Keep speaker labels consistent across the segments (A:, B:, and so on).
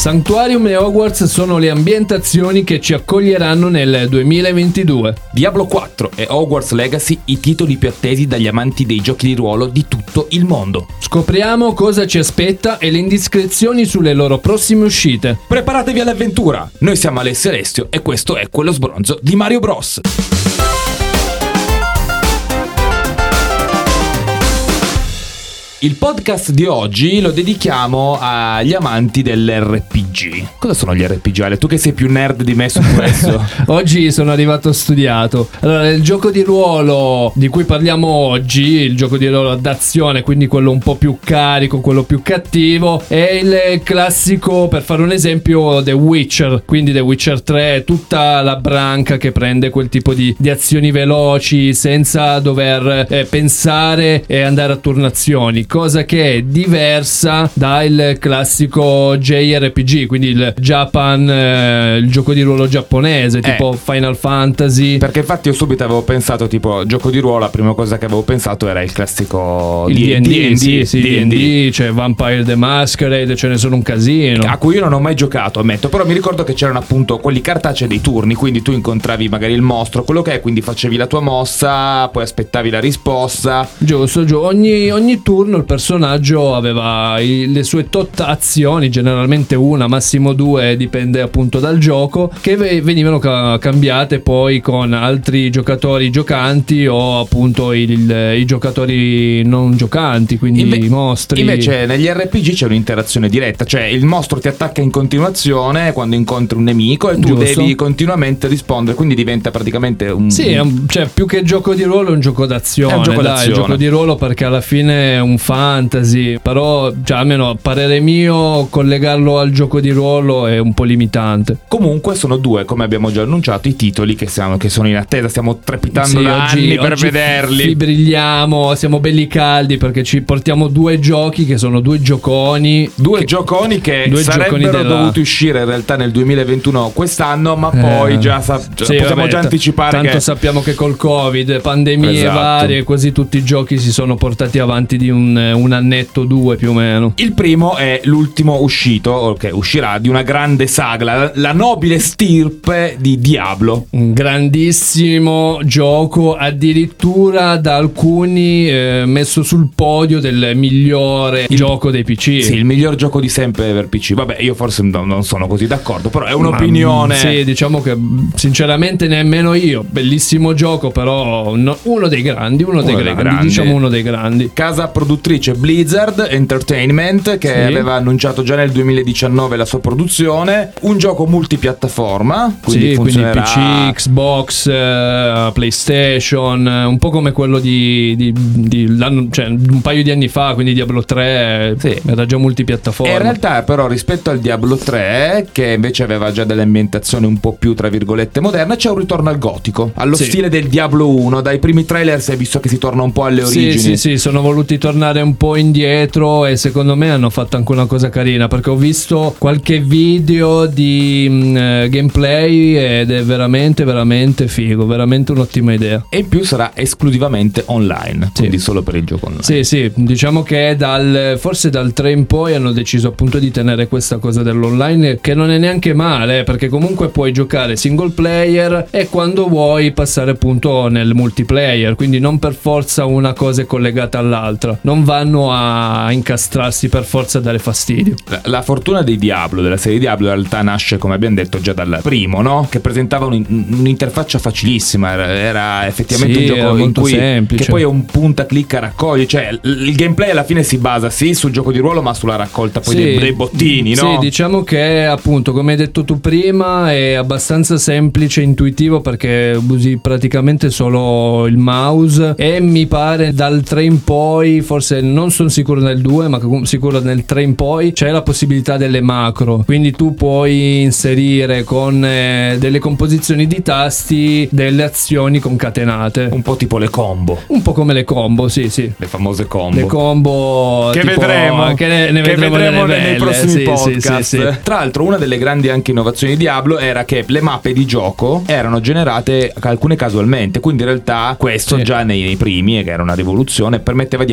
A: Sanctuarium e Hogwarts sono le ambientazioni che ci accoglieranno nel 2022.
B: Diablo 4 e Hogwarts Legacy, i titoli più attesi dagli amanti dei giochi di ruolo di tutto il mondo.
A: Scopriamo cosa ci aspetta e le indiscrezioni sulle loro prossime uscite.
B: Preparatevi all'avventura! Noi siamo Alessio e Alessio e questo è Quello Sbronzo di Mario Bros. Il podcast di oggi lo dedichiamo agli amanti dell'RPG. Cosa sono gli RPG, Ale? Tu che sei più nerd di me su questo.
A: Oggi sono arrivato studiato. Allora, il gioco di ruolo di cui parliamo oggi, il gioco di ruolo d'azione, quindi quello un po' più carico, quello più cattivo, è il classico, per fare un esempio, The Witcher. Quindi The Witcher 3, tutta la branca che prende quel tipo di azioni veloci senza dover pensare e andare a turnazioni. Cosa che è diversa dal classico JRPG, quindi il Japan, il gioco di ruolo giapponese, tipo Final Fantasy.
B: Perché infatti io subito avevo pensato, tipo, gioco di ruolo, la prima cosa che avevo pensato era il classico
A: D&D, c'è Vampire the Masquerade, ce ne sono un casino.
B: A cui io non ho mai giocato, ammetto, però mi ricordo che c'erano appunto quelli cartacei dei turni, quindi tu incontravi magari il mostro, quello che è, quindi facevi la tua mossa, poi aspettavi la risposta.
A: Giusto, ogni turno il personaggio aveva le sue tot azioni, generalmente una, massimo due, dipende appunto dal gioco, che venivano cambiate poi con altri giocatori giocanti o appunto i giocatori non giocanti, quindi i mostri.
B: Invece negli RPG c'è un'interazione diretta, cioè il mostro ti attacca in continuazione quando incontri un nemico e tu devi continuamente rispondere, quindi diventa praticamente un...
A: Sì, cioè più che gioco di ruolo è un gioco d'azione. È un gioco di ruolo perché alla fine è un fantasy, però cioè, almeno a parere mio collegarlo al gioco di ruolo è un po' limitante.
B: Comunque sono due, come abbiamo già annunciato, i titoli che sono in attesa, stiamo trepidando da anni per vederli.
A: Fibrigliamo, siamo belli caldi perché ci portiamo due giochi che sono due gioconi che sarebbero dovuti uscire in realtà nel 2021 quest'anno, ma poi possiamo già anticipare tanto sappiamo che col Covid, pandemie varie, quasi tutti i giochi si sono portati avanti di un annetto, due più o meno.
B: Il primo è l'ultimo uscito, che uscirà, di una grande saga, la nobile stirpe di Diablo.
A: Un grandissimo gioco, addirittura da alcuni messo sul podio del migliore gioco dei PC.
B: Sì, il miglior gioco di sempre per PC. Vabbè, io forse non sono così d'accordo, però è un'opinione.
A: Sì, diciamo che sinceramente nemmeno io. Bellissimo gioco, però uno dei grandi. Diciamo uno dei grandi.
B: Casa produttrice Blizzard Entertainment, che aveva annunciato già nel 2019 la sua produzione. Un gioco multipiattaforma, quindi funzionerà
A: PC, Xbox, PlayStation, un po' come quello di un paio di anni fa, quindi Diablo 3 era già multipiattaforma.
B: E in realtà però rispetto al Diablo 3, che invece aveva già delle ambientazioni un po' più tra virgolette moderne, c'è un ritorno al gotico, allo stile del Diablo 1. Dai primi trailer si è visto che si torna un po' alle origini.
A: Sì, sono voluti tornare un po' indietro e secondo me hanno fatto anche una cosa carina, perché ho visto qualche video di gameplay ed è veramente figo, veramente un'ottima idea.
B: E in più sarà esclusivamente online, quindi solo per il gioco online.
A: Sì, diciamo che forse dal 3 in poi hanno deciso appunto di tenere questa cosa dell'online, che non è neanche male, perché comunque puoi giocare single player e quando vuoi passare appunto nel multiplayer, quindi non per forza una cosa è collegata all'altra, non vanno a incastrarsi per forza a dare fastidio.
B: La fortuna dei Diablo, della serie Diablo, in realtà nasce, come abbiamo detto, già dal primo, no? Che presentava un'interfaccia facilissima, era effettivamente un gioco
A: molto
B: in cui
A: semplice,
B: che poi è un punta clicca raccogli, cioè il gameplay alla fine si basa sul gioco di ruolo, ma sulla raccolta poi dei bottini, no?
A: Sì, diciamo che appunto, come hai detto tu prima, è abbastanza semplice e intuitivo perché usi praticamente solo il mouse, e mi pare dal 3 in poi, forse non sono sicuro nel 2, ma sicuro nel 3 in poi c'è la possibilità delle macro, quindi tu puoi inserire con delle composizioni di tasti delle azioni concatenate,
B: un po' tipo le combo,
A: un po' come le combo, sì,
B: le famose combo,
A: le combo
B: che
A: tipo,
B: vedremo
A: ne vedremo nei
B: prossimi podcast. Sì. Tra l'altro, una delle grandi anche innovazioni di Diablo era che le mappe di gioco erano generate alcune casualmente, quindi in realtà questo già nei primi, che era una rivoluzione, permetteva di allungare un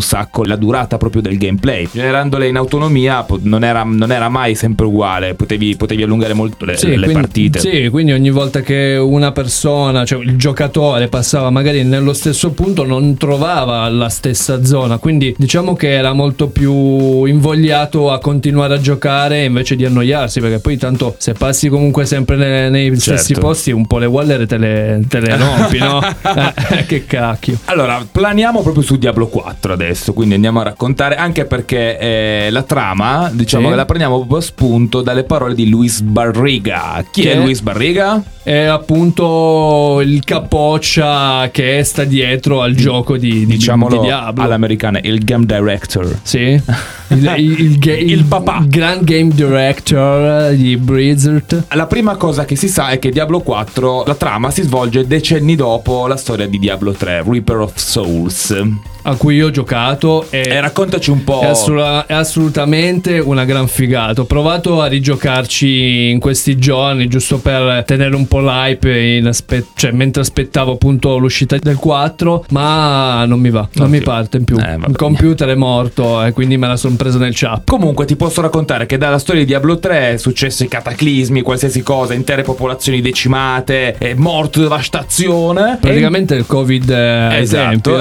B: sacco la durata proprio del gameplay. Generandole in autonomia non era mai sempre uguale, potevi allungare molto le partite.
A: Sì, quindi ogni volta che una persona, cioè il giocatore, passava magari nello stesso punto non trovava la stessa zona, quindi diciamo che era molto più invogliato a continuare a giocare invece di annoiarsi, perché poi tanto se passi comunque sempre nei stessi posti un po' le waller te le rompi, no? Che cacchio.
B: Allora, planiamo proprio su Diablo 4 adesso, quindi andiamo a raccontare, anche perché la trama, diciamo che la prendiamo proprio a spunto dalle parole di Luis Barriga. Chi è Luis Barriga?
A: È appunto il capoccia che sta dietro al gioco di Diablo.
B: All'americana, il game director.
A: Sì. Il papà. Il grand game director di Blizzard.
B: La prima cosa che si sa è che Diablo 4, la trama si svolge decenni dopo la storia di Diablo 3, Reaper of Souls,
A: a cui io ho giocato e
B: raccontaci un po'.
A: È assolutamente una gran figata. Ho provato a rigiocarci in questi giorni giusto per tenere un po' l'hype cioè mentre aspettavo appunto l'uscita del 4, ma non mi va, non mi parte in più. Il computer è morto e quindi me la sono presa nel chat.
B: Comunque ti posso raccontare che dalla storia di Diablo 3 è successo i cataclismi, qualsiasi cosa, intere popolazioni decimate, morto, devastazione.
A: Praticamente il Covid
B: esatto.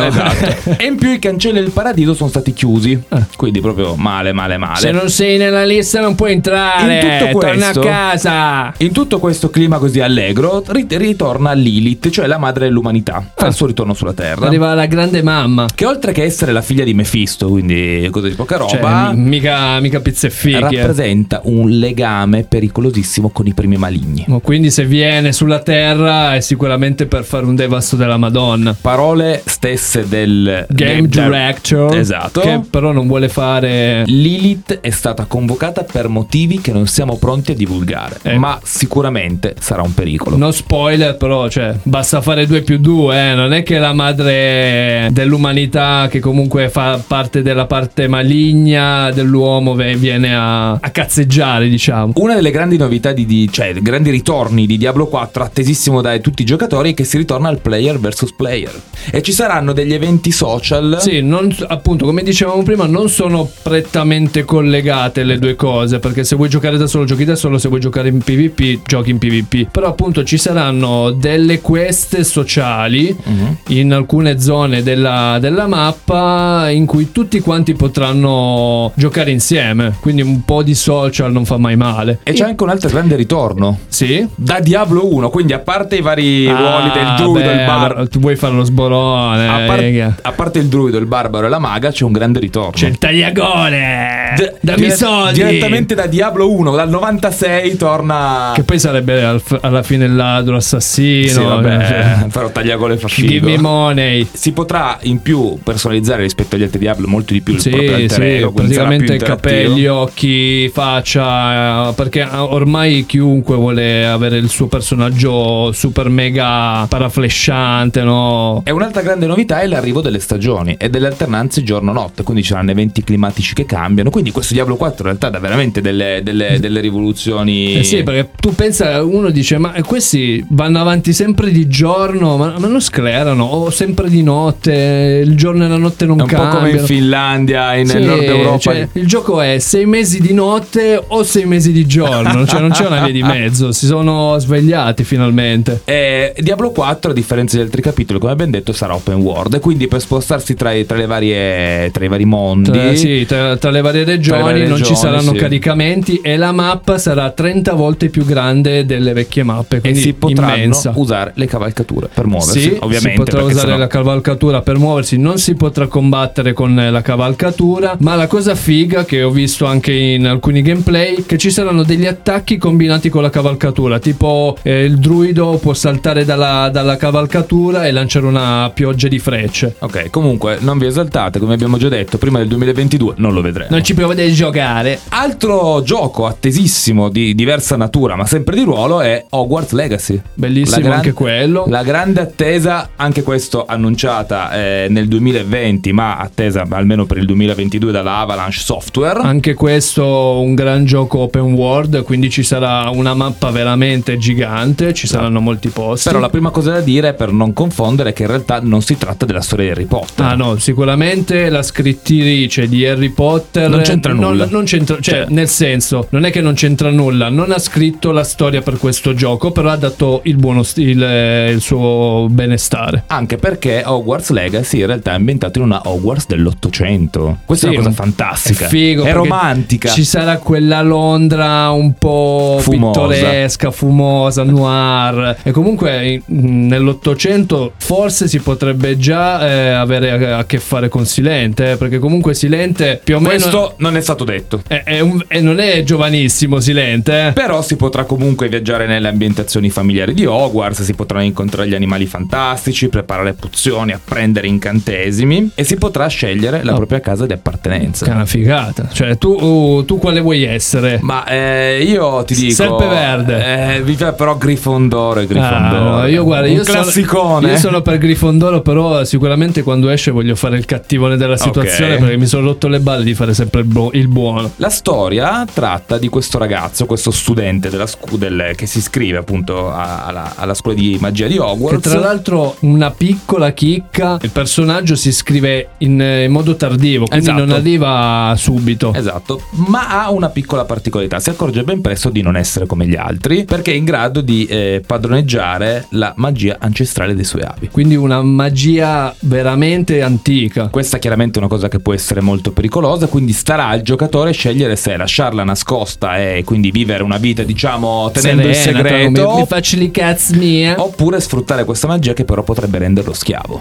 B: E in più i cancelli del paradiso sono stati chiusi, quindi proprio male.
A: Se non sei nella lista non puoi entrare, torna a casa.
B: In tutto questo clima così allegro ritorna Lilith, cioè la madre dell'umanità, al suo ritorno sulla Terra.
A: Arriva la grande mamma,
B: che oltre che essere la figlia di Mefisto, quindi cosa di poca roba,
A: cioè, mica pizze e fighe,
B: rappresenta un legame pericolosissimo con i primi maligni.
A: Quindi se viene sulla Terra è sicuramente per fare un devasto della Madonna.
B: Parole stesse del
A: game director,
B: esatto,
A: che però non vuole fare.
B: Lilith è stata convocata per motivi che non siamo pronti a divulgare, ma sicuramente sarà un pericolo.
A: No spoiler, però cioè basta fare 2+2, non è che la madre dell'umanità, che comunque fa parte della parte maligna dell'uomo, viene a cazzeggiare, diciamo.
B: Una delle grandi novità cioè grandi ritorni di Diablo 4, attesissimo da tutti i giocatori, è che si ritorna al player versus player e ci saranno degli eventi social.
A: Sì, appunto, come dicevamo prima, non sono prettamente collegate le due cose, perché se vuoi giocare da solo giochi da solo, se vuoi giocare in PvP giochi in PvP. Però appunto ci saranno delle quest sociali in alcune zone della mappa in cui tutti quanti potranno giocare insieme, quindi un po' di social non fa mai male.
B: E c'è anche un altro grande ritorno.
A: Sì?
B: Da Diablo 1, quindi a parte i vari ruoli del druido, il barbaro,
A: tu vuoi fare lo sborone,
B: a parte il druido, il barbaro e la maga, c'è un grande ritorno.
A: C'è il tagliagole, dammi soldi.
B: Direttamente da Diablo 1, dal 96 torna,
A: che poi sarebbe alla fine il ladro assassino.
B: Sì, vabbè, farò tagliagole fa figo.
A: Give me money.
B: Si potrà in più personalizzare rispetto agli altri Diablo molto di più il proprio alter ego,
A: praticamente capelli, occhi, faccia, perché ormai chiunque vuole avere il suo personaggio super mega paraflesciante, no?
B: E un'altra grande novità è l'arrivo delle stagioni e delle alternanze giorno-notte, quindi ci saranno eventi climatici che cambiano, quindi questo Diablo 4 in realtà dà veramente delle rivoluzioni.
A: Sì, perché tu pensa, uno dice ma questi vanno avanti sempre di giorno, ma non sclerano, o sempre di notte, il giorno e la notte non cambiano.
B: È un po' come in Finlandia, nel Nord Europa.
A: Cioè, il gioco è 6 mesi di notte o 6 mesi di giorno, cioè non c'è una via di mezzo, si sono svegliati finalmente.
B: Diablo 4, a differenza di altri capitoli, come abbiamo detto, sarà open world, e quindi per spostarsi tra i vari mondi,
A: tra le varie regioni non ci saranno caricamenti, e la mappa sarà 30 volte più grande delle vecchie mappe, quindi
B: e si potranno
A: immensa.
B: usare le cavalcature per muoversi.
A: Sì,
B: ovviamente
A: si potrà usare la cavalcatura per muoversi, non si potrà combattere con la cavalcatura, ma la cosa figa che ho visto anche in alcuni gameplay, che ci saranno degli attacchi combinati con la cavalcatura, tipo il druido può saltare dalla cavalcatura e lanciare una pioggia di frecce.
B: Ok, comunque non vi esaltate, come abbiamo già detto, prima del 2022 non lo vedremo.
A: Non ci provate a giocare.
B: Altro gioco attesissimo di diversa natura, ma sempre di ruolo, è Hogwarts Legacy.
A: Bellissimo anche quello.
B: La grande attesa, anche questo annunciata nel 2020, ma attesa almeno per il 2022 dalla Avalanche Software.
A: Anche questo un gran gioco open world, quindi ci sarà una mappa veramente gigante, ci saranno molti posti.
B: Però la prima cosa da dire, per non confondere, è che in realtà non si tratta della storia di Harry Potter.
A: Ah no, sicuramente sicuramente la scrittrice di Harry Potter
B: non c'entra nulla.
A: Non c'entra, cioè, nel senso, non è che non c'entra nulla, non ha scritto la storia per questo gioco, però ha dato il suo benestare.
B: Anche perché Hogwarts Legacy in realtà è ambientato in una Hogwarts dell'800. Questa è una cosa fantastica.
A: È figo,
B: è romantica.
A: Ci sarà quella Londra un po'
B: fumosa,
A: pittoresca, fumosa, noir. E comunque nell'800 forse si potrebbe già avere a che fare con Silente, perché comunque Silente più o meno...
B: Questo non è stato detto.
A: Non è giovanissimo Silente.
B: Però si potrà comunque viaggiare nelle ambientazioni familiari di Hogwarts, si potranno incontrare gli animali fantastici, preparare pozioni, apprendere incantesimi e si potrà scegliere la propria casa di appartenenza.
A: Che è una figata. Cioè tu quale vuoi essere?
B: Ma io ti dico
A: Serpeverde.
B: Però Grifondoro e Grifondoro.
A: No, io guarda,
B: un classicone.
A: Io sono per Grifondoro, però sicuramente quando esce voglio fare il cattivone della situazione, perché mi sono rotto le balle di fare sempre il buono.
B: La storia tratta di questo ragazzo, questo studente che si iscrive appunto alla scuola di magia di Hogwarts.
A: Che tra l'altro, una piccola chicca, il personaggio si iscrive in modo tardivo, quindi non arriva subito.
B: Esatto, ma ha una piccola particolarità, si accorge ben presto di non essere come gli altri, perché è in grado di padroneggiare la magia ancestrale dei suoi avi.
A: Quindi una magia veramente antica.
B: Questa chiaramente è una cosa che può essere molto pericolosa, quindi starà al giocatore scegliere se lasciarla nascosta e quindi vivere una vita, diciamo, tenendo il segreto,
A: mi faccio li cazzi mie,
B: oppure sfruttare questa magia che però potrebbe renderlo schiavo.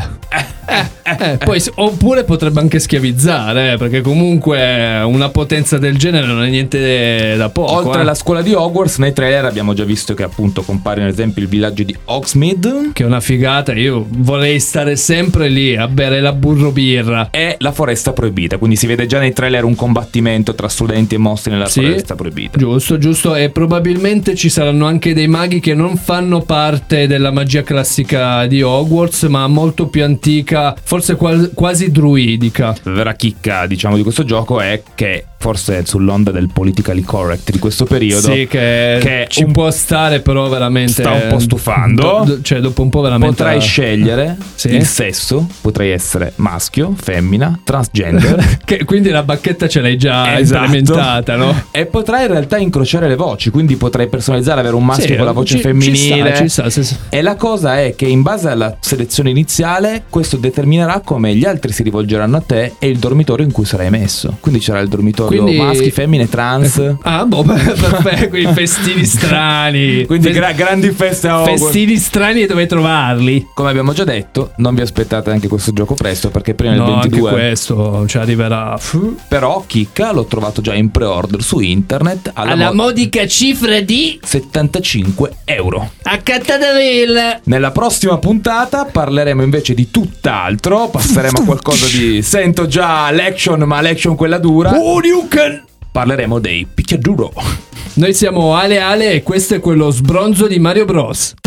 A: Poi oppure potrebbe anche schiavizzare, perché comunque una potenza del genere non è niente da poco.
B: Oltre alla scuola di Hogwarts, nei trailer abbiamo già visto che appunto compare ad esempio il villaggio di Hogsmeade,
A: che è una figata. Io vorrei stare sempre lì a bere la burro birra.
B: E la foresta proibita, quindi si vede già nei trailer un combattimento tra studenti e mostri nella foresta proibita.
A: Giusto, e probabilmente ci saranno anche dei maghi che non fanno parte della magia classica di Hogwarts, ma molto più antica, forse quasi druidica.
B: La vera chicca, diciamo, di questo gioco è che forse sull'onda del politically correct di questo periodo,
A: sì, che ci può stare, però veramente
B: sta un po' stufando.
A: Cioè dopo un po' veramente
B: potrai scegliere il sesso, potrai essere maschio, femmina, transgender.
A: Quindi la bacchetta ce l'hai già implementata, no?
B: E potrai in realtà incrociare le voci, quindi potrai personalizzare, avere un maschio con la voce femminile.
A: Ci sta.
B: E la cosa è che in base alla selezione iniziale questo determinerà come gli altri si rivolgeranno a te e il dormitorio in cui sarai messo. Quindi c'era il dormitorio maschi, femmine, trans.
A: Perfetto, i festini strani.
B: Quindi grandi feste a Hogwarts.
A: Festini strani, e dove trovarli?
B: Come abbiamo già detto, non vi aspettate anche questo gioco presto, perché prima del 22
A: anche questo ci arriverà.
B: Però chicca, l'ho trovato già in pre-order su internet
A: alla modica cifra di
B: 75 euro.
A: Accattadaville.
B: Nella prossima puntata parleremo invece di tutt'altro. Passeremo a qualcosa di... Sento già l'action, ma l'action quella dura. Parleremo dei picchiaduro.
A: Noi siamo Ale e questo è quello sbronzo di Mario Bros.